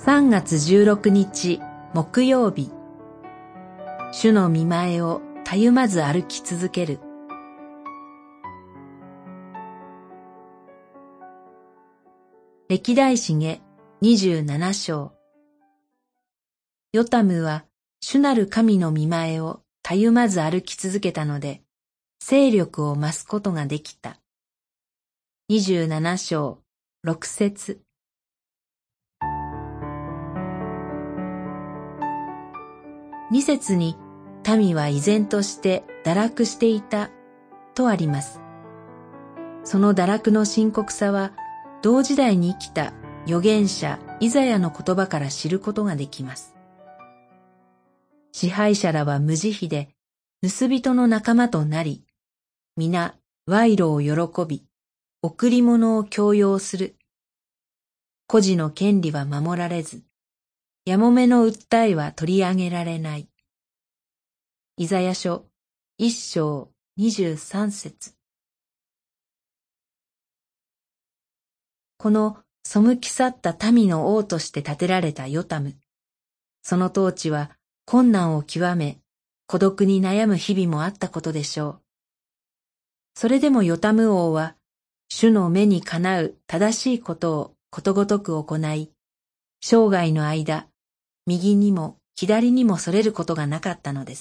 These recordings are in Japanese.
3月16日木曜日、主の御前をたゆまず歩き続ける。歴代史下27章。ヨタムは主なる神の御前をたゆまず歩き続けたので、勢力を増すことができた。27章6節。2節に民は依然として堕落していたとあります。その堕落の深刻さは同時代に生きた預言者イザヤの言葉から知ることができます。支配者らは無慈悲で盗人の仲間となり、皆賄賂を喜び、贈り物を強要する。孤児の権利は守られず、やもめの訴えは取り上げられない。イザヤ書1章23節。この背き去った民の王として建てられたヨタム。その統治は困難を極め、孤独に悩む日々もあったことでしょう。それでもヨタム王は、主の目にかなう正しいことをことごとく行い、生涯の間、右にも左にもそれることがなかったのです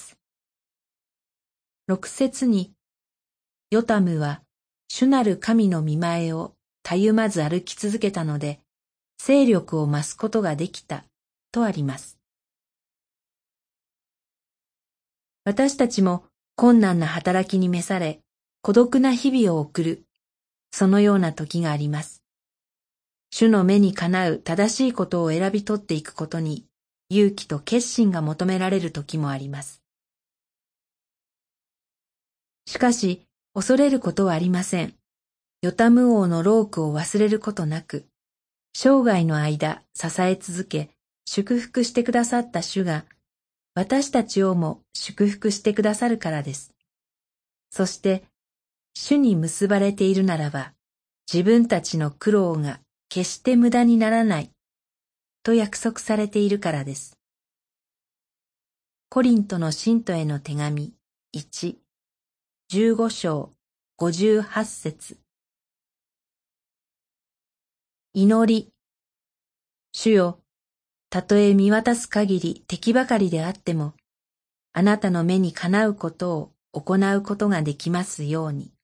。6節に、ヨタムは主なる神の御前をたゆまず歩き続けたので、勢力を増すことができたとあります。私たちも困難な働きに召され、孤独な日々を送る、そのような時があります。主の目にかなう正しいことを選び取っていくことに、勇気と決心が求められる時もあります。しかし、恐れることはありません。ヨタム王の労苦を忘れることなく、生涯の間支え続け、祝福してくださった主が、私たちをも祝福してくださるからです。そして、主に結ばれているならば、自分たちの苦労が決して無駄にならない、と約束されているからです。コリントの信徒への手紙1、15章58節。祈り。主よ、たとえ見渡す限り敵ばかりであっても、あなたの目にかなうことを行うことができますように。